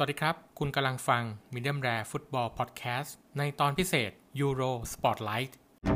วัสดีครับคุณกำลังฟัง Medium Rare Football Podcast ในตอนพิเศษ Euro Spotlight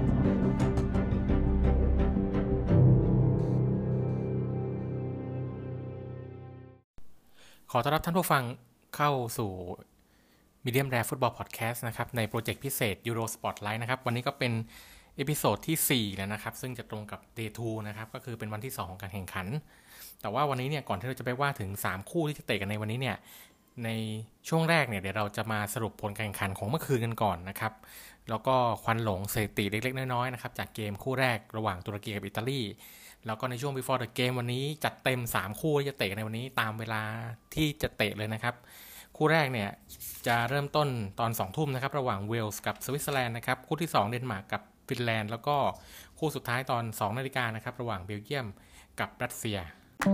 ขอต้อนรับท่านผู้ฟังเข้าสู่ Medium Rare Football Podcast นะครับในโปรเจกต์พิเศษ Euro Spotlight นะครับวันนี้ก็เป็นเอพิโซดที่4แล้วนะครับซึ่งจะตรงกับ Day 2นะครับก็คือเป็นวันที่2ของการแข่งขันแต่ว่าวันนี้เนี่ยก่อนที่เราจะไปว่าถึง3คู่ที่จะเตะกันในวันนี้เนี่ยในช่วงแรกเนี่ยเดี๋ยวเราจะมาสรุปผลการแข่งขันของเมื่อคืนกันก่อนนะครับแล้วก็ควันหลงสถิติเล็กๆน้อยๆนะครับจากเกมคู่แรกระหว่างตุรกีกับอิตาลีแล้วก็ในช่วง before the game วันนี้จัดเต็ม3คู่ที่จะเตะในวันนี้ตามเวลาที่จะเตะเลยนะครับคู่แรกเนี่ยจะเริ่มต้นตอน 2 ทุ่มนะครับระหว่างเวลส์กับสวิตเซอร์แลนด์นะครับคู่ที่2เดนมาร์กกับฟินแลนด์แล้วก็คู่สุดท้ายตอน 2 นาฬิกานะครับระหว่างเบลเยียมกับรัสเซีย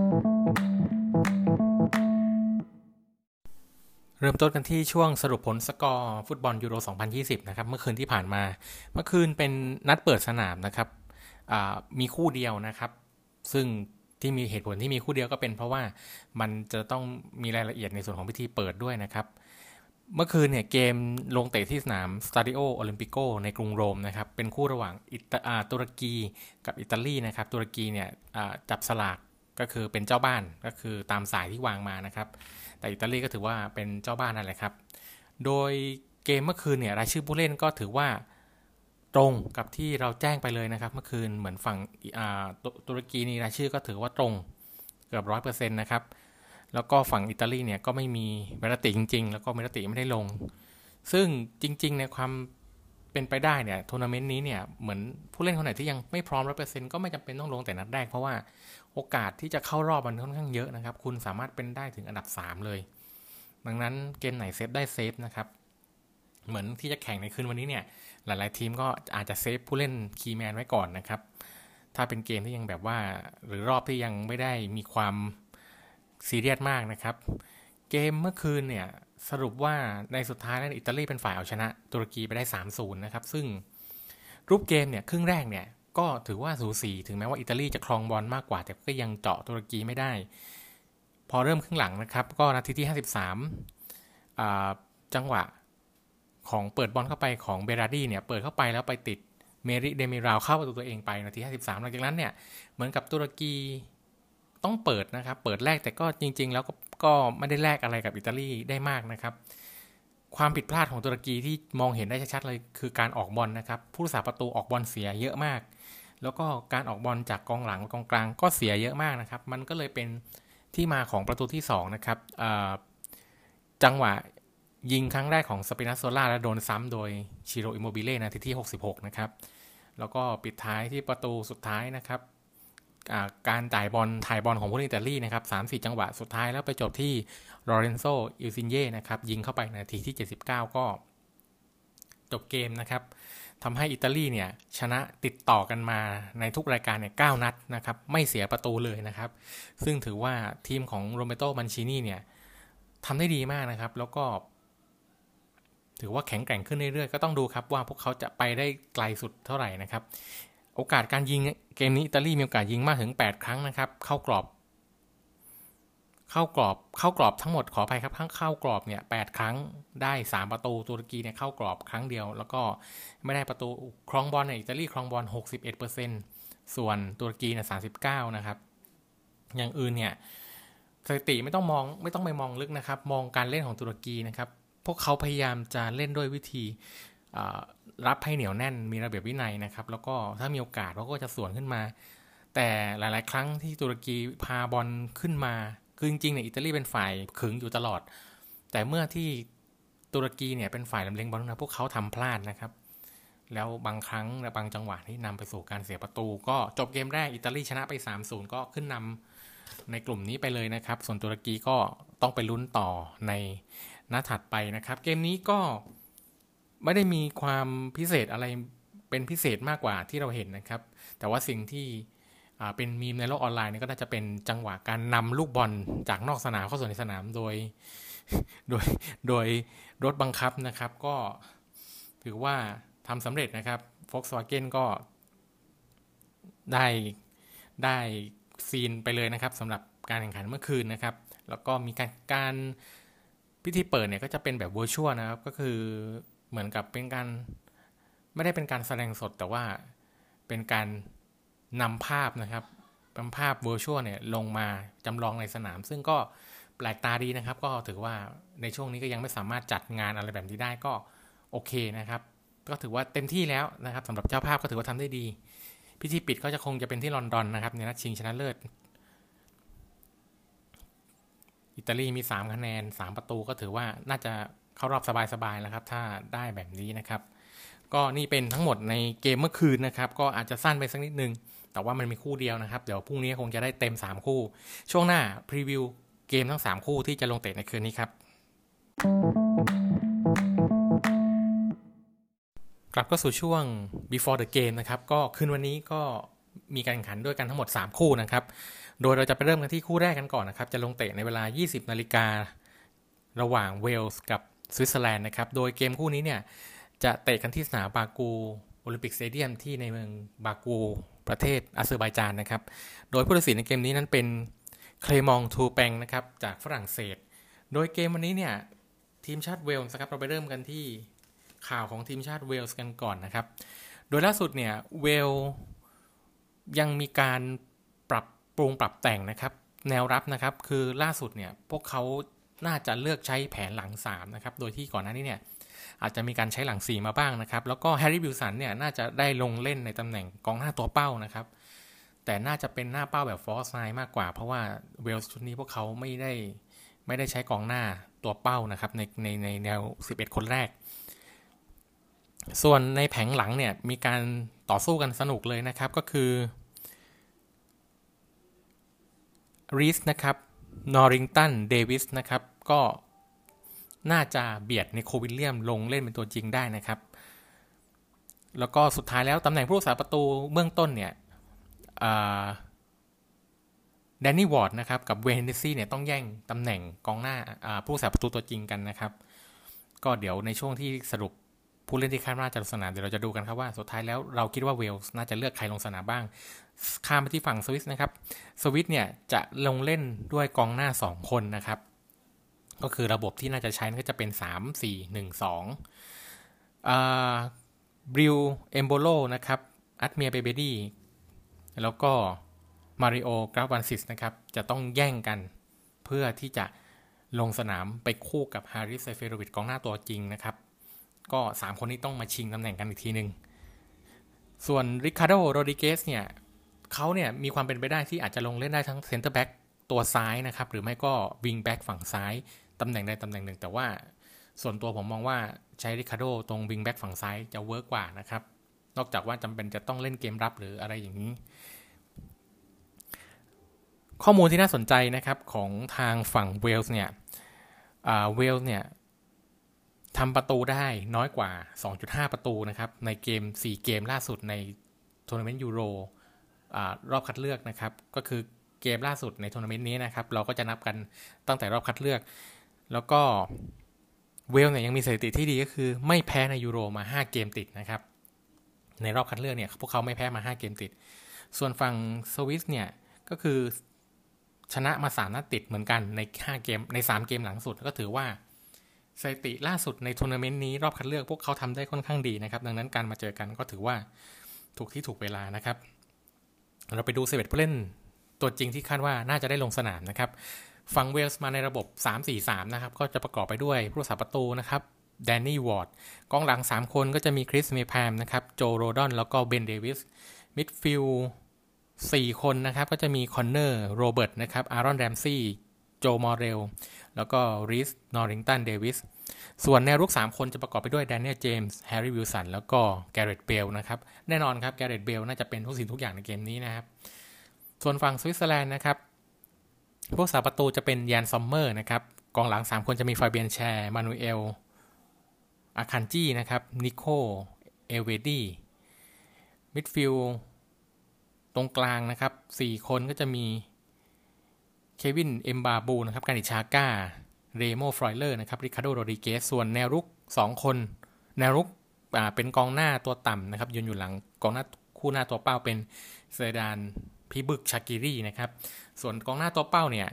เริ่มต้นกันที่ช่วงสรุปผลสกอร์ฟุตบอลยูโร 2020 นะครับเมื่อคืนที่ผ่านมาเมื่อคืนเป็นนัดเปิดสนามนะครับมีคู่เดียวนะครับซึ่งที่มีเหตุผลที่มีคู่เดียวก็เป็นเพราะว่ามันจะต้องมีรายละเอียดในส่วนของพิธีเปิดด้วยนะครับเมื่อคืนเนี่ยเกมลงเตะที่สนามสตาดิโอโอลิมปิโกในกรุงโรมนะครับเป็นคู่ระหว่างตุรกีกับอิตาลีนะครับตุรกีเนี่ยจับสลากก็คือเป็นเจ้าบ้านก็คือตามสายที่วางมานะครับแต่อิตาลีก็ถือว่าเป็นเจ้าบ้านนั่นแหละครับโดยเกมเมื่อคืนเนี่ยรายชื่อผู้เล่นก็ถือว่าตรงกับที่เราแจ้งไปเลยนะครับเมื่อคืนเหมือนฝั่งตุรกีนี่รายชื่อก็ถือว่าตรงเกือบ 100% นะครับแล้วก็ฝั่งอิตาลีเนี่ยก็ไม่มีเมรติจริงๆแล้วก็เมรติไม่ได้ลงซึ่งจริงๆในความเป็นไปได้เนี่ยทัวร์นาเมนต์นี้เนี่ยเหมือนผู้เล่นคนไหนที่ยังไม่พร้อม 100% ก็ไม่จำเป็นต้องลงแต่นัดแรกเพราะว่าโอกาสที่จะเข้ารอบมันค่อนข้างเยอะนะครับคุณสามารถเป็นได้ถึงอันดับ3เลยดังนั้นเกมไหนเซฟได้เซฟนะครับเหมือนที่จะแข่งในคืนวันนี้เนี่ยหลายๆทีมก็อาจจะเซฟผู้เล่นคีย์แมนไว้ก่อนนะครับถ้าเป็นเกมที่ยังแบบว่าหรือรอบที่ยังไม่ได้มีความซีเรียสมากนะครับเกมเมื่อคืนเนี่ยสรุปว่าในสุดท้ายแล้วอิตาลีเป็นฝ่ายเอาชนะตุรกีไปได้ 3-0 นะครับซึ่งรูปเกมเนี่ยครึ่งแรกเนี่ยก็ถือว่าสูสีถึงแม้ว่าอิตาลีจะครองบอลมากกว่าแต่ก็ยังเจาะตุรกีไม่ได้พอเริ่มครึ่งหลังนะครับก็นาทีที่53จังหวะของเปิดบอลเข้าไปของเบราดี้เนี่ยเปิดเข้าไปแล้วไปติดเมริเดมิราวเข้าประตูตัวเองไปนาที53หลังจากนั้นเนี่ยเหมือนกับตุรกีต้องเปิดนะครับเปิดแรกแต่ก็จริงๆแล้วก็ไม่ได้แลกอะไรกับอิตาลีได้มากนะครับความผิดพลาดของตุรกีที่มองเห็นได้ชัดๆเลยคือการออกบอลนะครับผู้รักษาประตูออกบอลเสียเยอะมากแล้วก็การออกบอลจากกองหลังกองกลางก็เสียเยอะมากนะครับมันก็เลยเป็นที่มาของประตูที่2นะครับจังหวะยิงครั้งแรกของสปินาโซล่าและโดนซ้ำโดยชิโรอิโมบิเล่นาทีที่66นะครับแล้วก็ปิดท้ายที่ประตูสุดท้ายนะครับการถ่ายบอลของผู้เล่นอิตาลีนะครับ 3-4 จังหวะสุดท้ายแล้วไปจบที่ลอเรนโซอิลซินเย่นะครับยิงเข้าไปนาทีที่79ก็จบเกมนะครับทำให้อิตาลีเนี่ยชนะติดต่อกันมาในทุกรายการเนี่ย9นัดนะครับไม่เสียประตูเลยนะครับซึ่งถือว่าทีมของโรเบโต มันชินีเนี่ยทำได้ดีมากนะครับแล้วก็ถือว่าแข็งแกร่งขึ้นเรื่อยๆก็ต้องดูครับว่าพวกเขาจะไปได้ไกลสุดเท่าไหร่นะครับโอกาสการยิงเกมนี้อิตาลีมีโอกาสยิงมากถึง8ครั้งนะครับเข้ากรอบทั้งหมดขออภัยครับเข้ากรอบเนี่ย8ครั้งได้3ประตูตุรกีเนี่ยเข้ากรอบครั้งเดียวแล้วก็ไม่ได้ประตูครองบอลในอิตาลีครองบอล 61% ส่วนตุรกีเนี่ย39นะครับอย่างอื่นเนี่ยสถิติไม่ต้องไปมองลึกนะครับมองการเล่นของตุรกีนะครับพวกเขาพยายามจะเล่นด้วยวิธีรับให้เหนียวแน่นมีระเบียบวินัยนะครับแล้วก็ถ้ามีโอกาสเขาก็จะสวนขึ้นมาแต่หลายๆครั้งที่ตุรกีพาบอลขึ้นมาคือจริงๆเนี่ยอิตาลีเป็นฝ่ายขึงอยู่ตลอดแต่เมื่อที่ตุรกีเนี่ยเป็นฝ่ายลำเลียงบอลนะพวกเขาทำพลาดนะครับแล้วบางครั้งและบางจังหวะที่นำไปสู่การเสียประตูก็จบเกมแรกอิตาลีชนะไป 3-0 ก็ขึ้นนำในกลุ่มนี้ไปเลยนะครับส่วนตุรกีก็ต้องไปลุ้นต่อในนัดถัดไปนะครับเกมนี้ก็ไม่ได้มีความพิเศษอะไรเป็นพิเศษมากกว่าที่เราเห็นนะครับแต่ว่าสิ่งที่เป็นมีมในโลกออนไลน์เนี่ยก็น่าจะเป็นจังหวะการนำลูกบอลจากนอกสนามเข้าสู่ในสนามโดยรถบังคับนะครับก็ถือว่าทำสำเร็จนะครับ Volkswagen ก็ได้ซีนไปเลยนะครับสำหรับการแข่งขันเมื่อคืนนะครับแล้วก็มีการพิธีเปิดเนี่ยก็จะเป็นแบบ virtual นะครับก็คือเหมือนกับเป็นการไม่ได้เป็นการแสดงสดแต่ว่าเป็นการนำภาพนะครับเป็นภาพ virtual เนี่ยลงมาจำลองในสนามซึ่งก็แปลกตาดีนะครับก็ถือว่าในช่วงนี้ก็ยังไม่สามารถจัดงานอะไรแบบนี้ได้ก็โอเคนะครับก็ถือว่าเต็มที่แล้วนะครับสำหรับเจ้าภาพก็ถือว่าทำได้ดีพิธีปิดก็จะคงจะเป็นที่ลอนดอนนะครับในนัดชิงชนะเลิศอิตาลีมี3คะแนน3ประตูก็ถือว่าน่าจะเข้ารอบสบายๆแล้วครับถ้าได้แบบนี้นะครับก็นี่เป็นทั้งหมดในเกมเมื่อคืนนะครับก็อาจจะสั้นไปสักนิดนึงแต่ว่ามันมีคู่เดียวนะครับเดี๋ยวพรุ่งนี้คงจะได้เต็ม3คู่ช่วงหน้าพรีวิวเกมทั้ง3คู่ที่จะลงเตะในคืนนี้ครับกลับก็สู่ช่วง before the game นะครับก็คืนวันนี้ก็มีการแข่งขันด้วยกันทั้งหมด3คู่นะครับโดยเราจะไปเริ่มกันที่คู่แรกกันก่อนนะครับจะลงเตะในเวลา 20 นาฬิการะหว่างเวลส์กับสวิตเซอร์แลนด์นะครับโดยเกมคู่นี้เนี่ยจะเตะกันที่สนามบากูโอลิมปิกสเตเดียมที่ในเมืองบากูประเทศอาเซอร์ไบจานนะครับโดยผู้ตัดสินในเกมนี้นั้นเป็นเคลมองทูแปงนะครับจากฝรั่งเศสโดยเกมวันนี้เนี่ยทีมชาติเวลส์ครับเราไปเริ่มกันที่ข่าวของทีมชาติเวลส์กันก่อนนะครับโดยล่าสุดเนี่ยเวลยังมีการปรับปรุงปรับแต่งนะครับแนวรับนะครับคือล่าสุดเนี่ยพวกเขาน่าจะเลือกใช้แผนหลัง3นะครับโดยที่ก่อนหน้านี้เนี่ยอาจจะมีการใช้หลัง4มาบ้างนะครับแล้วก็แฮร์รี่วิลสันเนี่ยน่าจะได้ลงเล่นในตำแหน่งกองหน้าตัวเป้านะครับแต่น่าจะเป็นหน้าเป้าแบบฟอร์สไนมากกว่าเพราะว่าเวลส์ชุดนี้พวกเขาไม่ได้ใช้กองหน้าตัวเป้านะครับในแนว11คนแรกส่วนในแผงหลังเนี่ยมีการต่อสู้กันสนุกเลยนะครับก็คือรีสนะครับนอริงตันเดวิสนะครับก็น่าจะเบียดในโควิลเลียมลงเล่นเป็นตัวจริงได้นะครับแล้วก็สุดท้ายแล้วตำแหน่งผู้รักษาประตูเบื้องต้นเนี่ยแดนนี่วอร์ดนะครับกับเวย์เฮนเดซี่เนี่ยต้องแย่งตำแหน่งกองหน้าผู้รักษาประตูตัวจริงกันนะครับก็เดี๋ยวในช่วงที่สรุปผู้เล่นที่คาดว่าจะลงสนามเดี๋ยวเราจะดูกันครับว่าสุดท้ายแล้วเราคิดว่าเวลส์น่าจะเลือกใครลงสนามบ้างข้ามไปที่ฝั่งสวิสนะครับสวิสเนี่ยจะลงเล่นด้วยกองหน้า2คนนะครับก็คือระบบที่น่าจะใช้ก็จะเป็น3-4-1-2บริวเอมโบโลนะครับอัตเมียเบเบดี้แล้วก็มาริโอกราฟวันซิสนะครับจะต้องแย่งกันเพื่อที่จะลงสนามไปคู่กับฮาริส เซเฟโรวิชกองหน้าตัวจริงนะครับก็3คนนี้ต้องมาชิงตำแหน่งกันอีกทีนึงส่วนริคาร์โด โรดริเกสเนี่ยเขาเนี่ยมีความเป็นไปได้ที่อาจจะลงเล่นได้ทั้งเซ็นเตอร์แบ็กตัวซ้ายนะครับหรือไม่ก็วิงแบ็กฝั่งซ้ายตำแหน่งใดตำแหน่งหนึ่งแต่ว่าส่วนตัวผมมองว่าใช้ริคาร์โดตรงวิงแบ็กฝั่งซ้ายจะเวิร์กกว่านะครับนอกจากว่าจำเป็นจะต้องเล่นเกมรับหรืออะไรอย่างนี้ข้อมูลที่น่าสนใจนะครับของทางฝั่งเวลส์เนี่ยเวลส์เนี่ยทำประตูได้น้อยกว่า 2.5 ประตูนะครับในเกม4เกมล่าสุดในทัวร์นาเมนต์ยูโรรอบคัดเลือกนะครับก็คือเกมล่าสุดในทัวร์นาเมนต์นี้นะครับเราก็จะนับกันตั้งแต่รอบคัดเลือกแล้วก็เวลเนี่ยยังมีสถิติที่ดีก็คือไม่แพ้ในยูโรมา5เกมติดนะครับในรอบคัดเลือกเนี่ยพวกเขาไม่แพ้มา5เกมติดส่วนฝั่งสวิสเนี่ยก็คือชนะมา3นัดติดเหมือนกันใน5เกมใน3เกมหลังสุดก็ถือว่าสถิติล่าสุดในทัวร์นาเมนต์นี้รอบคัดเลือกพวกเขาทำได้ค่อนข้างดีนะครับดังนั้นการมาเจอกันก็ถือว่าถูกที่ถูกเวลานะครับเราไปดู11ผู้เล่นตัวจริงที่คาดว่าน่าจะได้ลงสนามนะครับฝั่งเวลส์มาในระบบ 3-4-3 นะครับก็จะประกอบไปด้วยผู้รักษาประตูนะครับแดนนี่วอร์ดกองหลัง3คนก็จะมีคริสเมแพมนะครับโจโรดอนแล้วก็เบนเดวิสมิดฟิลด์4คนนะครับก็จะมีคอนเนอร์โรเบิร์ตนะครับอารอนแรมซี่โจมอร์เรลแล้วก็ริสนอริงตันเดวิสส่วนแนวรุก3คนจะประกอบไปด้วยแดเนียลเจมส์แฮร์รี่วิลสันแล้วก็แกเรตเบลนะครับแน่นอนครับแกเรตเบลน่าจะเป็นทุกสิ่งทุกอย่างในเกมนี้นะครับส่วนฝั่งสวิตเซอร์แลนด์นะครับผู้รักษาประตูจะเป็นยานซอมเมอร์นะครับกองหลัง3คนจะมีฟาเบียนแชร์มานูเอลอาคันจี้นะครับนิโคเอเวดี้มิดฟิลด์ตรงกลางนะครับ4คนก็จะมีเควินเอมบาบูนะครับการิชาก้าเรโมฟรอยเลอร์นะครับริคาร์โด โรดริเกสส่วนแนวรุก2คนแนวรุกเป็นกองหน้าตัวต่ำนะครับยืนอยู่หลังกองหน้าคู่หน้าตัวเป้าเป็นเซดานพิบึกชากิรีนะครับส่วนกองหน้าตัวเป้าเนี่ย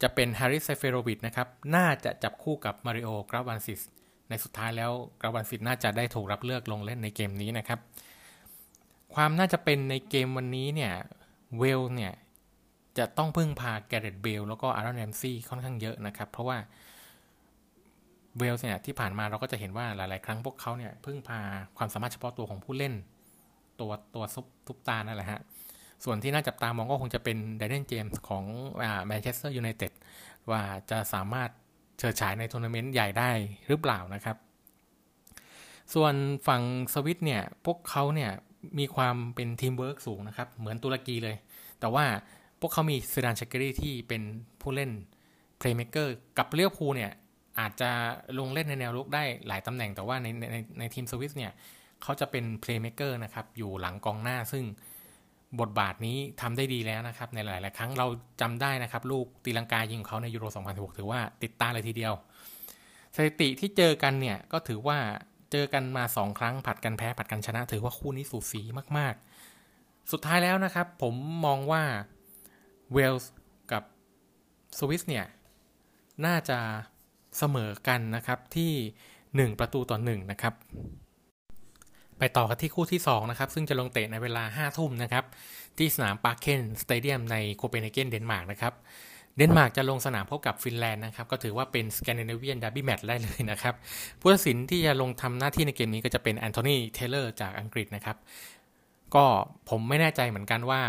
จะเป็นแฮร์ริส เซเฟโรวิชนะครับน่าจะจับคู่กับมาริโอกราวันซิสในสุดท้ายแล้วกราวันซิสน่าจะได้ถูกรับเลือกลงเล่นในเกมนี้นะครับความน่าจะเป็นในเกมวันนี้เนี่ยเวลเนี่ยจะต้องพึ่งพาแกเรต เบลแล้วก็อารอน แรมซี่ค่อนข้างเยอะนะครับเพราะว่าเวลเนี่ยที่ผ่านมาเราก็จะเห็นว่าหลายๆครั้งพวกเขาเนี่ยพึ่งพาความสามารถเฉพาะตัวของผู้เล่นตัวซุปตานั่นแหละฮะส่วนที่น่าจับตามองก็คงจะเป็นไดเรน เจมส์ของแมนเชสเตอร์ยูไนเต็ดว่าจะสามารถเฉิดฉายในทัวร์นาเมนต์ใหญ่ได้หรือเปล่านะครับส่วนฝั่งสวิตเนี่ยพวกเขาเนี่ยมีความเป็นทีมเวิร์กสูงนะครับเหมือนตุรกีเลยแต่ว่าพวกเขามีซิดาน ชักเกอรีที่เป็นผู้เล่นเพลย์เมคเกอร์กับเลี้ยวภูเนี่ยอาจจะลงเล่นในแนวรุกได้หลายตำแหน่งแต่ว่าในทีมสวิสเนี่ยเขาจะเป็นเพลย์เมคเกอร์นะครับอยู่หลังกองหน้าซึ่งบทบาทนี้ทำได้ดีแล้วนะครับในหลายๆครั้งเราจำได้นะครับลูกตีลังกายิงของเขาในยูโร 2016 ถือว่าติดตาเลยทีเดียวสถิติที่เจอกันเนี่ยก็ถือว่าเจอกันมา2ครั้งผัดกันแพ้ผัดกันชนะถือว่าคู่นี้สูสีมากๆสุดท้ายแล้วนะครับผมมองว่าเวลส์กับสวิสเนี่ยน่าจะเสมอกันนะครับที่1-1นะครับไปต่อกันที่คู่ที่2นะครับซึ่งจะลงเตะในเวลา 5 ทุ่มนะครับที่สนามปาร์เคนสเตเดียมในโคเปนเฮเกนเดนมาร์กนะครับเดนมาร์กจะลงสนามพบกับฟินแลนด์นะครับก็ถือว่าเป็นสแกนดิเนเวียนดาร์บี้แมตช์ได้เลยนะครับผู้ตัดสินที่จะลงทำหน้าที่ในเกมนี้ก็จะเป็นแอนโทนีเทเลอร์จากอังกฤษนะครับก็ผมไม่แน่ใจเหมือนกันว่า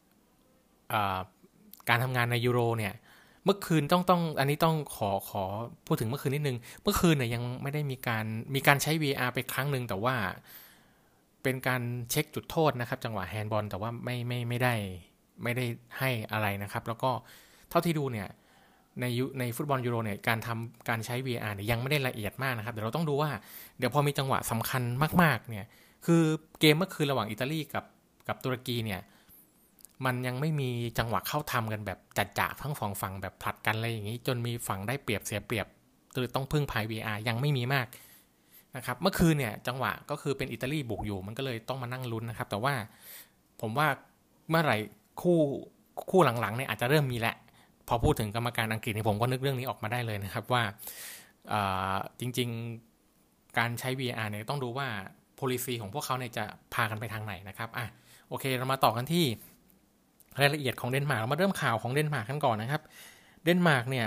การทำงานในยูโรเนี่ยเมื่อคืนต้องอันนี้ต้องขอพูดถึงเมื่อคืนนิดนึงเมื่อคืนเนี่ยยังไม่ได้มีการใช้ VR ไปครั้งนึงแต่ว่าเป็นการเช็คจุดโทษนะครับจังหวะแฮนด์บอลแต่ว่าไม่ได้ให้อะไรนะครับแล้วก็เท่าที่ดูเนี่ยในฟุตบอลยูโรเนี่ยการใช้ VR เนี่ยยังไม่ได้ละเอียดมากนะครับเดี๋ยวเราต้องดูว่าเดี๋ยวพอมีจังหวะสำคัญมากๆเนี่ยคือเกมเมื่อคืนระหว่างอิตาลีกับตุรกีเนี่ยมันยังไม่มีจังหวะเข้าทำกันแบบจัดๆทั้งสองฝั่งแบบผลัดกันอะไรอย่างนี้จนมีฝั่งได้เปรียบเสียเปรียบต้องพึ่งพา VR ยังไม่มีมากนะครับเมื่อคืนเนี่ยจังหวะก็คือเป็นอิตาลีบุกอยู่มันก็เลยต้องมานั่งลุ้นนะครับแต่ว่าผมว่าเมื่อไหร่คู่หลังๆเนี่ยอาจจะเริ่มมีแหละพอพูดถึงกรรมการอังกฤษเนี่ยผมก็นึกเรื่องนี้ออกมาได้เลยนะครับว่าจริงๆการใช้ VR เนี่ยต้องดูว่า policy ของพวกเขาเนี่ยจะพากันไปทางไหนนะครับโอเคเรามาต่อกันที่รายละเอียดของเดนมาร์กเรามาเริ่มข่าวของเดนมาร์กกันก่อนนะครับเดนมาร์กเนี่ย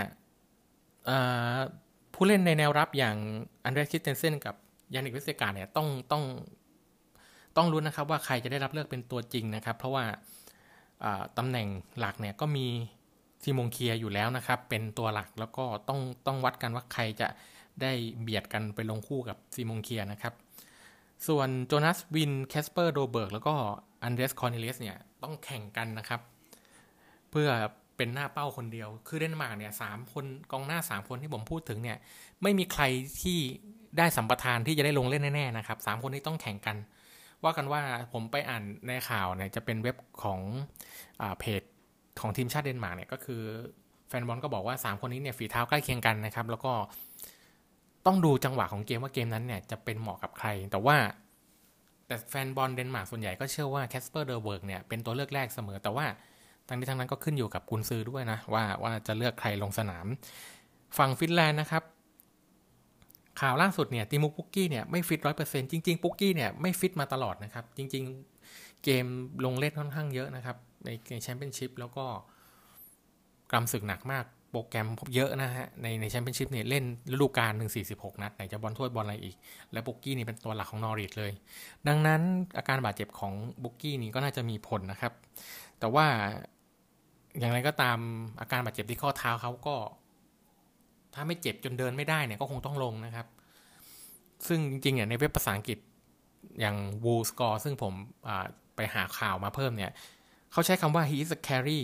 ผู้เล่นในแนวรับอย่างอันเดรส คริสเตนเซนกับยานิก เวสเตการ์ดเนี่ยต้องลุ้นนะครับว่าใครจะได้รับเลือกเป็นตัวจริงนะครับเพราะว่าตำแหน่งหลักเนี่ยก็มีซีมงเคียอยู่แล้วนะครับเป็นตัวหลักแล้วก็ต้องวัดกันว่าใครจะได้เบียดกันไปลงคู่กับซีมงเคียนะครับส่วนโจนาสวินแคสเปอร์โดเบิร์กแล้วก็อันเดรสคอร์เนเลียสเนี่ยต้องแข่งกันนะครับเพื่อเป็นหน้าเป้าคนเดียวคือเดนมาร์กเนี่ย3คนกองหน้า3คนที่ผมพูดถึงเนี่ยไม่มีใครที่ได้สัมปทานที่จะได้ลงเล่นแน่ๆนะครับ3คนนี้ต้องแข่งกันว่ากันว่าผมไปอ่านในข่าวเนี่ยจะเป็นเว็บของเพจของทีมชาติเดนมาร์กเนี่ยก็คือแฟนบอลก็บอกว่า3คนนี้เนี่ยฝีเท้าใกล้เคียงกันนะครับแล้วก็ต้องดูจังหวะของเกมว่าเกมนั้นเนี่ยจะเป็นเหมาะกับใครแต่แฟนบอลเดนมาร์กส่วนใหญ่ก็เชื่อว่าแคสเปอร์ เดอเบิร์กเนี่ยเป็นตัวเลือกแรกเสมอแต่ว่าทั้งนี้ทั้งนั้นก็ขึ้นอยู่กับกุนซือด้วยนะว่าจะเลือกใครลงสนามฝั่งฟินแลนด์นะครับข่าวล่าสุดเนี่ยติมูปุกกี้เนี่ยไม่ฟิต 100% จริงๆปุกกี้เนี่ยไม่ฟิตมาตลอดนะครับจริงๆเกมลงเล่นค่อนข้างเยอะนะครับในแชมเปี้ยนชิพแล้วก็กำศึกหนักมากโปรแกรมเยอะนะฮะในแชมเปี้ยนชิพเนี่ยเล่นฤดูกาลหนึ่ง46นัดไหนจะบอลถ้วยบอลอะไรอีกและปุกกี้นี่เป็นตัวหลักของนอริทเลยดังนั้นอาการบาดเจ็บของปุกกี้นี่ก็น่าจะมีผลนะครับแต่ว่าอย่างไรก็ตามอาการบาดเจ็บที่ข้อเท้าเขาก็ถ้าไม่เจ็บจนเดินไม่ได้เนี่ยก็คงต้องลงนะครับซึ่งจริงๆเนี่ยในเว็บภาษาอังกฤษอย่าง Wool Score ซึ่งผมไปหาข่าวมาเพิ่มเนี่ยเขาใช้คำว่า he is a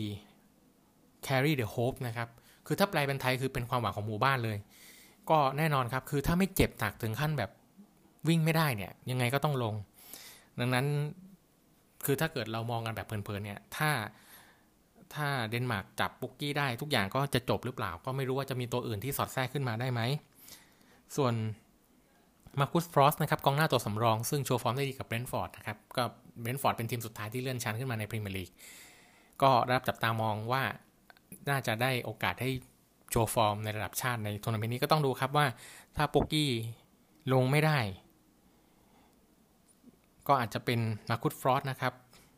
carry the hope นะครับคือถ้าแปลเป็นไทยคือเป็นความหวังของหมู่บ้านเลยก็แน่นอนครับคือถ้าไม่เจ็บหนักถึงขั้นแบบวิ่งไม่ได้เนี่ยยังไงก็ต้องลงดังนั้นคือถ้าเกิดเรามองกันแบบเพลินๆเนี่ยถ้าเดนมาร์กจับปุกกี้ได้ทุกอย่างก็จะจบหรือเปล่าก็ไม่รู้ว่าจะมีตัวอื่นที่สอดแทรกขึ้นมาได้ไหมส่วนมาร์คุส ฟรอสต์นะครับกองหน้าตัวสำรองซึ่งโชว์ฟอร์มได้ดีกับเบรนท์ฟอร์ดนะครับก็เบรนท์ฟอร์ดเป็นทีมสุดท้ายที่เลื่อนชั้นขึ้นมาในพรีเมียร์ลีกก็ได้รับจับตามองว่าน่าจะได้โอกาสให้โชว์ฟอร์มในระดับชาติในทัวร์นาเมนต์นี้ก็ต้องดูครับว่าถ้าโปกกี้ลงไม่ได้ก็อาจจะเป็นมาคุสฟรอสนะครับ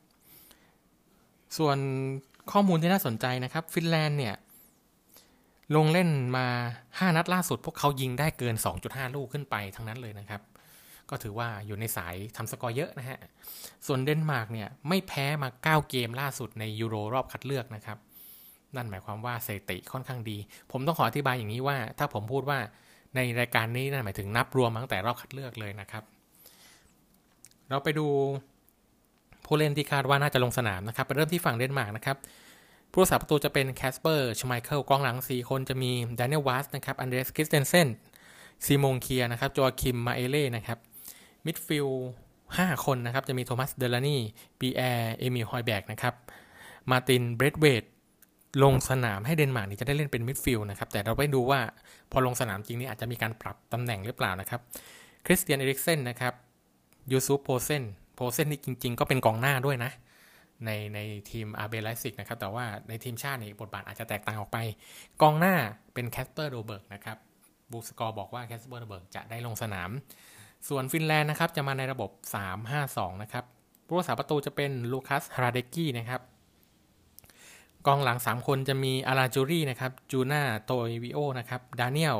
ส่วนข้อมูลที่น่าสนใจนะครับฟินแลนด์เนี่ยลงเล่นมา5นัดล่าสุดพวกเขายิงได้เกิน 2.5 ลูกขึ้นไปทั้งนั้นเลยนะครับก็ถือว่าอยู่ในสายทำสกอร์เยอะนะฮะส่วนเดนมาร์กเนี่ยไม่แพ้มา9เกมล่าสุดในยูโรรอบคัดเลือกนะครับนั่นหมายความว่าสถิติค่อนข้างดีผมต้องขออธิบายอย่างนี้ว่าถ้าผมพูดว่าในรายการนี้นั่นหมายถึงนับรวมตั้งแต่รอบคัดเลือกเลยนะครับเราไปดูผู้เล่นที่คาดว่าน่าจะลงสนามนะครับไปเริ่มที่ฝั่งเดนมาร์กนะครับผู้รักษาประตูจะเป็นแคสเปอร์ชไมเคิลกองหลัง4คนจะมีแดเนียลวัสนะครับอันเดรสคริสเตนเซนซีมงเคียนะครับโจอาคิมมาเอเล่นะครับมิดฟิลด์5คนนะครับจะมีโทมัสเดลานี่ปีแอร์เอมิลฮอยแบกนะครับมาร์ตินเบรดเวดลงสนามให้เดนมาร์กนี่จะได้เล่นเป็นมิดฟิลด์นะครับแต่เราไปดูว่าพอลงสนามจริงนี่อาจจะมีการปรับตำแหน่งหรือเปล่านะครับคริสเตียนเอริกเซนนะครับยูซุปโพเซนนี่จริงๆก็เป็นกองหน้าด้วยนะในทีมอาร์เบไลซิกนะครับแต่ว่าในทีมชาตินี่บทบาทอาจจะแตกต่างออกไปกองหน้าเป็นแคสเปอร์โดเบิร์กนะครับบูสกอร์บอกว่าแคสเปอร์โดเบิร์กจะได้ลงสนามส่วนฟินแลนด์นะครับจะมาในระบบ 3-5-2 นะครับผู้รักษาประตูจะเป็นลูคัสฮาราเดกี้นะครับกองหลัง3คนจะมีอาราจูรี่นะครับจูน่าโตวิโอนะครับดาเนียล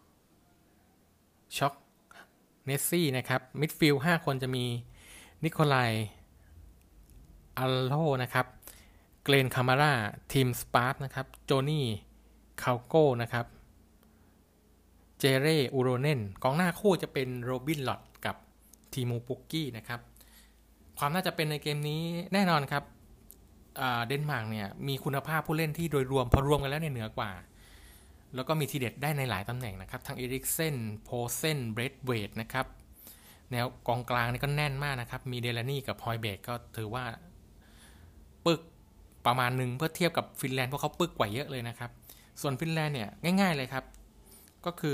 ช็อกเนสซี่นะครับมิดฟิลด์5คนจะมีนิโคลายอัลโลนะครับเกรนคามาร่าทีมสปาร์คนะครับโจนี่คาโก้นะครับเจเรอูโรเนนกองหน้าคู่จะเป็นโรบินลอตกับทีมูปุกกี้นะครับความน่าจะเป็นในเกมนี้แน่นอนครับเดนมาร์กเนี่ยมีคุณภาพผู้เล่นที่โดยรวมพอรวมกันแล้วเนี่ยเหนือกว่าแล้วก็มีทีเด็ดได้ในหลายตำแหน่งนะครับทั้งเอริกเซนโพเซนเบรดเวดนะครับแนวกองกลางนี่ก็แน่นมากนะครับมีเดลานี่กับฮอยเบกก็ถือว่าปึกประมาณนึงเพื่อเทียบกับฟินแลนด์เพราะเขาปึกกว่าเยอะเลยนะครับส่วนฟินแลนด์เนี่ยง่ายๆเลยครับก็คือ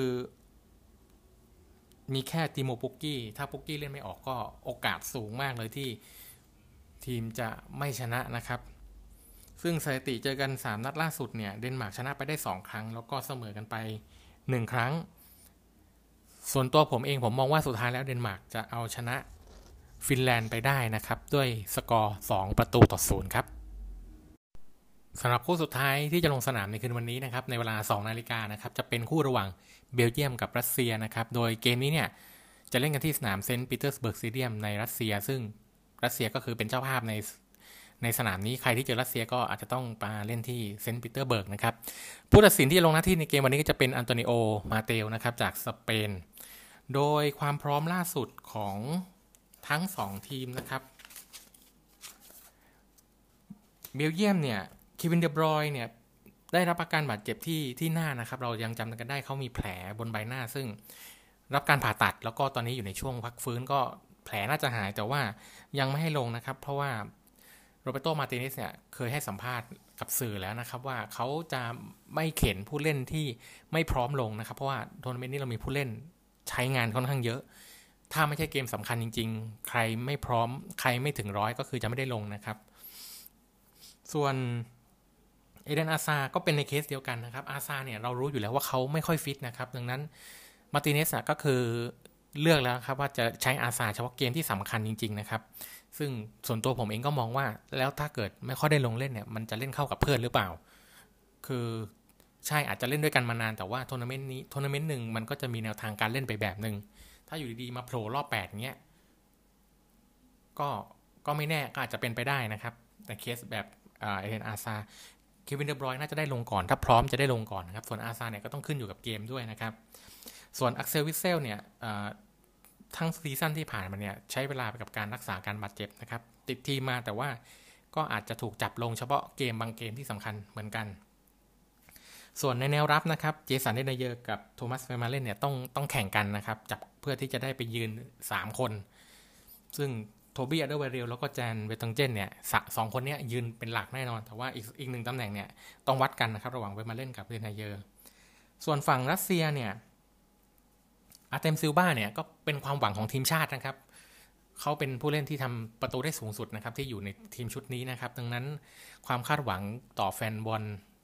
มีแค่ติโมปุกกี้ถ้าปุกกี้เล่นไม่ออกก็โอกาสสูงมากเลยที่ทีมจะไม่ชนะนะครับซึ่งสถิติเจอกัน3นัดล่าสุดเนี่ยเดนมาร์กชนะไปได้2ครั้งแล้วก็เสมอกันไป1ครั้งส่วนตัวผมเองผมมองว่าสุดท้ายแล้วเดนมาร์กจะเอาชนะฟินแลนด์ไปได้นะครับด้วยสกอร์2-0ครับสำหรับคู่สุดท้ายที่จะลงสนามในคืนวันนี้นะครับในเวลา 2 นาฬิกานะครับจะเป็นคู่ระหว่างเบลเยียมกับรัสเซียนะครับโดยเกมนี้เนี่ยจะเล่นกันที่สนามเซนต์ปีเตอร์สเบิร์กสเตเดียมในรัสเซียซึ่งรัสเซียก็คือเป็นเจ้าภาพในสนามนี้ใครที่เจอรัสเซียก็อาจจะต้องมาเล่นที่เซนต์ปีเตอร์สเบิร์กนะครับผู้ตัดสินที่ลงหน้าที่ในเกมวันนี้ก็จะเป็นอันโตนิโอมาเตลนะครับจากสเปนโดยความพร้อมล่าสุดของทั้ง2ทีมนะครับเบลเยียมเนี่ยเควินเดบรอยน์เนี่ยได้รับอาการบาดเจ็บที่หน้านะครับเรายังจำกันได้เขามีแผลบนใบหน้าซึ่งรับการผ่าตัดแล้วก็ตอนนี้อยู่ในช่วงพักฟื้นก็แผลน่าจะหายแต่ว่ายังไม่ให้ลงนะครับเพราะว่าโรเบโตมาร์ติเนสเนี่ยเคยให้สัมภาษณ์กับสื่อแล้วนะครับว่าเขาจะไม่เข็นผู้เล่นที่ไม่พร้อมลงนะครับเพราะว่าทัวร์นาเมนต์นี้เรามีผู้เล่นใช้งานค่อนข้างเยอะถ้าไม่ใช่เกมสำคัญจริงๆใครไม่พร้อมใครไม่ถึง100ก็คือจะไม่ได้ลงนะครับส่วนเอเดนอาซาก็เป็นในเคสเดียวกันนะครับอาซาเนี่ยเรารู้อยู่แล้วว่าเขาไม่ค่อยฟิตนะครับดังนั้นมาร์ติเนสก็คือเลือกแล้วครับว่าจะใช้อาซาเฉพาะเกมที่สำคัญจริงๆนะครับซึ่งส่วนตัวผมเองก็มองว่าแล้วถ้าเกิดไม่ค่อยได้ลงเล่นเนี่ยมันจะเล่นเข้ากับเพื่อนหรือเปล่าคือใช่อาจจะเล่นด้วยกันมานานแต่ว่าทัวร์นาเมนต์หนึ่งมันก็จะมีแนวทางการเล่นไปแบบนึงถ้าอยู่ดีๆมาโผล่รอบ8เงี้ยก็ไม่แน่ก็อาจจะเป็นไปได้นะครับแต่เคสแบบเอเดนอาซาเควินเดบรอยน์น่าจะได้ลงก่อนถ้าพร้อมจะได้ลงก่อนนะครับส่วนอาซาเนี่ยก็ต้องขึ้นอยู่กับเกมด้วยนะครับส่วนอักเซลวิเซลเนี่ยทั้งซีซั่นที่ผ่านมาเนี่ยใช้เวลาไปกับการรักษาการบาดเจ็บนะครับติดทีมมาแต่ว่าก็อาจจะถูกจับลงเฉพาะเกมบางเกมที่สำคัญเหมือนกันส่วนในแนวรับนะครับเจสันเดนเยอร์กับโทมัสเฟมาเลนเนี่ยต้องแข่งกันนะครับจับเพื่อที่จะได้ไปยืน3คนซึ่งโทบี้อัลเดอร์เวเรลแล้วก็แจนเวตงเจนเนี่ย2คนนี้ยืนเป็นหลักแน่นอนแต่ว่าอีก1ตำแหน่งเนี่ยต้องวัดกันนะครับระหว่างเวมาเลนกับเดนเยอร์ส่วนฝั่งรัสเซียเนี่ยอาร์เต็มซิลบาเนี่ยก็เป็นความหวังของทีมชาตินะครับเขาเป็นผู้เล่นที่ทำประตูได้สูงสุดนะครับที่อยู่ในทีมชุดนี้นะครับดังนั้นความคาดหวังต่อแฟนบอล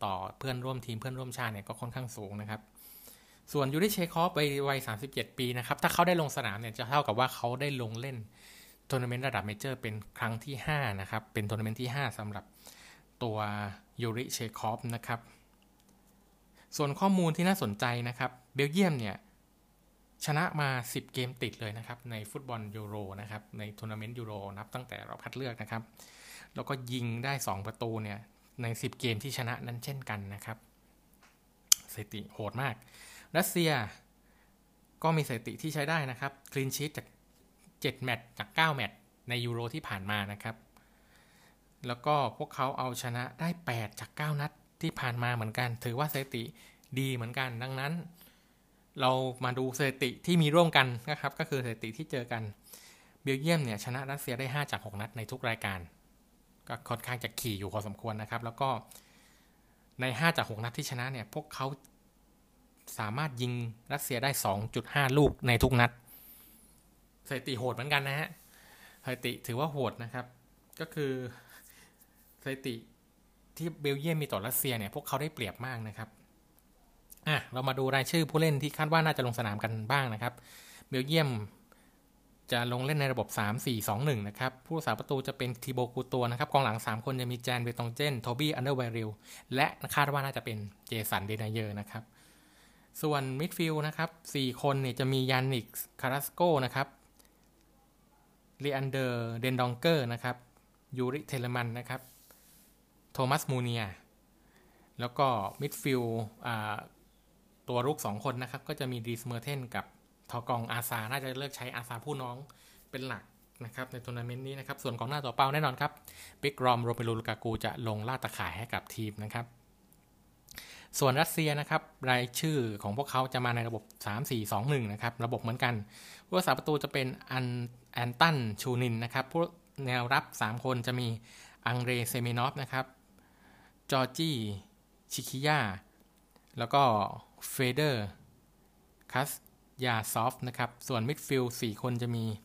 ต่อเพื่อนร่วมทีมเพื่อนร่วมชาติเนี่ยก็ค่อนข้างสูงนะครับส่วนยูริเชคอฟวัย37 ปีนะครับถ้าเขาได้ลงสนามเนี่ยจะเท่ากับว่าเขาได้ลงเล่นทัวร์นาเมนต์ระดับเมเจอร์เป็นครั้งที่5นะครับเป็นทัวร์นาเมนต์ที่5สำหรับตัวยูริเชคอฟนะครับส่วนข้อมูลที่น่าสนใจนะครับเบลเยียมเนี่ยชนะมา10 เกมติดเลยนะครับในฟุตบอลยูโรนะครับในทัวร์นาเมนต์ยูโรนับตั้งแต่รอบคัดเลือกนะครับแล้วก็ยิงได้2 ประตูเนี่ยใน10 เกมที่ชนะนั้นเช่นกันนะครับสถิติโหดมากรัสเซียก็มีสถิติที่ใช้ได้นะครับคลีนชีทจาก7 แมตช์จาก9 แมตช์ในยูโรที่ผ่านมานะครับแล้วก็พวกเขาเอาชนะได้8 จาก 9 นัดที่ผ่านมาเหมือนกันถือว่าสถิติดีเหมือนกันดังนั้นเรามาดูสถิติที่มีร่วมกันนะครับก็คือสถิติที่เจอกันเบลเยียมเนี่ยชนะรัสเซียได้5 จาก 6 นัดในทุกรายการก็ค่อนข้างจะขี่อยู่พอสมควรนะครับแล้วก็ใน5 จาก 6 นัดที่ชนะเนี่ยพวกเขาสามารถยิงรัสเซียได้ 2.5 ลูกในทุกนัดสถิติโหดเหมือนกันนะฮะสถิติถือว่าโหดนะครับก็คือสถิติที่เบลเยียมมีต่อรัสเซียเนี่ยพวกเขาได้เปรียบมากนะครับเรามาดูรายชื่อผู้เล่นที่คาดว่าน่าจะลงสนามกันบ้างนะครับเบลเยียมจะลงเล่นในระบบ 3-4-2-1 นะครับผู้รักษาประตูจะเป็นทีโบกูตัวนะครับกองหลัง3 คนจะมีแจนเบตองเจนโทบี้อันเดอร์ไวริลและคาดว่าน่าจะเป็นเจสันเดนายเยอร์นะครับส่วนมิดฟิลด์นะครับ4 คนเนี่ยจะมียานิกคาราสโกนะครับลีอันเดอร์เดนดองเกอร์นะครับยูริเทเลมันนะครับโทมัสมูเนียแล้วก็มิดฟิลด์ตัวรุก2 คนนะครับก็จะมีดีสเมอร์เทนกับทอกองอาซาน่าจะเลิกใช้อาซาผู้น้องเป็นหลักนะครับในทัวร์นาเมนต์นี้นะครับส่วนกองหน้าตัวเป้าแน่นอนครับบิ๊กรอมโรเปรูลูกากูจะลงล่าตะข่ายให้กับทีมนะครับส่วนรัสเซียนะครับรายชื่อของพวกเขาจะมาในระบบ 3-4-2-1 นะครับระบบเหมือนกันผู้รักษาประตูจะเป็นแอนตันชูนินนะครับผู้แนวรับ3 คนจะมีอังเดรเซเมนอฟนะครับจอร์จี้ชิคิยาแล้วก็เฟเดอร์คัสยาซอฟนะครับส่วนมิดฟิลด์4 คนจะมี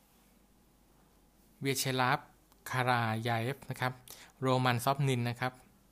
เวียเชลาฟคารายาเอฟนะครับโรมันซอฟนินนะครับ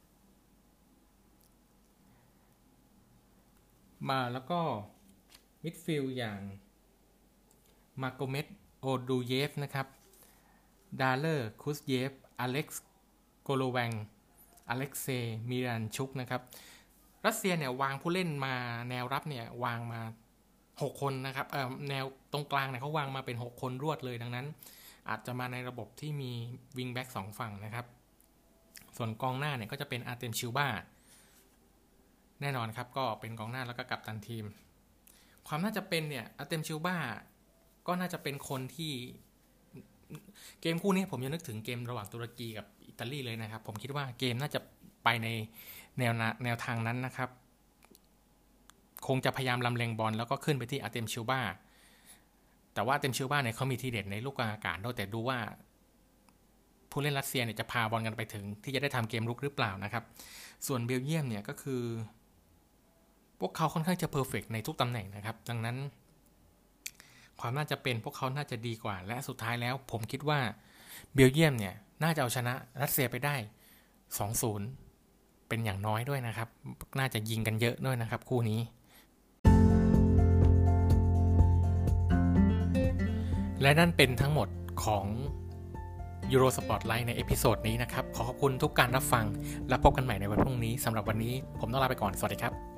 มาแล้วก็มิดฟิลด์อย่างมาโกเมตโอดูเยฟนะครับดาเลอร์คุสเยฟอเล็กซ์โกโลแวงอเล็กเซมิรันชุกนะครับรัสเซียเนี่ยวางผู้เล่นมาแนวรับเนี่ยวางมา6 คนนะครับแนวตรงกลางเนี่ยเขาวางมาเป็น6 คนรวดเลยดังนั้นอาจจะมาในระบบที่มีวิงแบ็ก2 ฝั่งนะครับส่วนกองหน้าเนี่ยก็จะเป็นอาร์เตมชิลบาแน่นอนครับก็เป็นกองหน้าแล้วก็กัปตันทีมความน่าจะเป็นเนี่ยอาร์เตมชิลบาก็น่าจะเป็นคนที่เกมคู่นี้ผมยังนึกถึงเกมระหว่างตุรกีกับอิตาลีเลยนะครับผมคิดว่าเกมน่าจะไปในแนวทางนั้นนะครับคงจะพยายามลำเลียงบอลแล้วก็ขึ้นไปที่อาร์เตมชิลบาแต่ว่าอาร์เตมชิลบาเนี่ยเขามีทีเด็ดในลูกกลางอากาศด้วยแต่ดูว่าผู้เล่นรัสเซียเนี่ยจะพาบอลกันไปถึงที่จะได้ทำเกมรุกหรือเปล่านะครับส่วนเบลเยียมเนี่ยก็คือพวกเขาค่อนข้างจะเพอร์เฟกต์ในทุกตำแหน่งนะครับดังนั้นความน่าจะเป็นพวกเขาน่าจะดีกว่าและสุดท้ายแล้วผมคิดว่าเบลเยียมเนี่ยน่าจะเอาชนะรัสเซียไปได้ 2-0 เป็นอย่างน้อยด้วยนะครับน่าจะยิงกันเยอะด้วยนะครับคู่นี้และนั่นเป็นทั้งหมดของ Euro Spotlight ในเอพิโซดนี้นะครับขอขอบคุณทุกการรับฟังและพบกันใหม่ในวันพรุ่งนี้สำหรับวันนี้ผมต้องลาไปก่อนสวัสดีครับ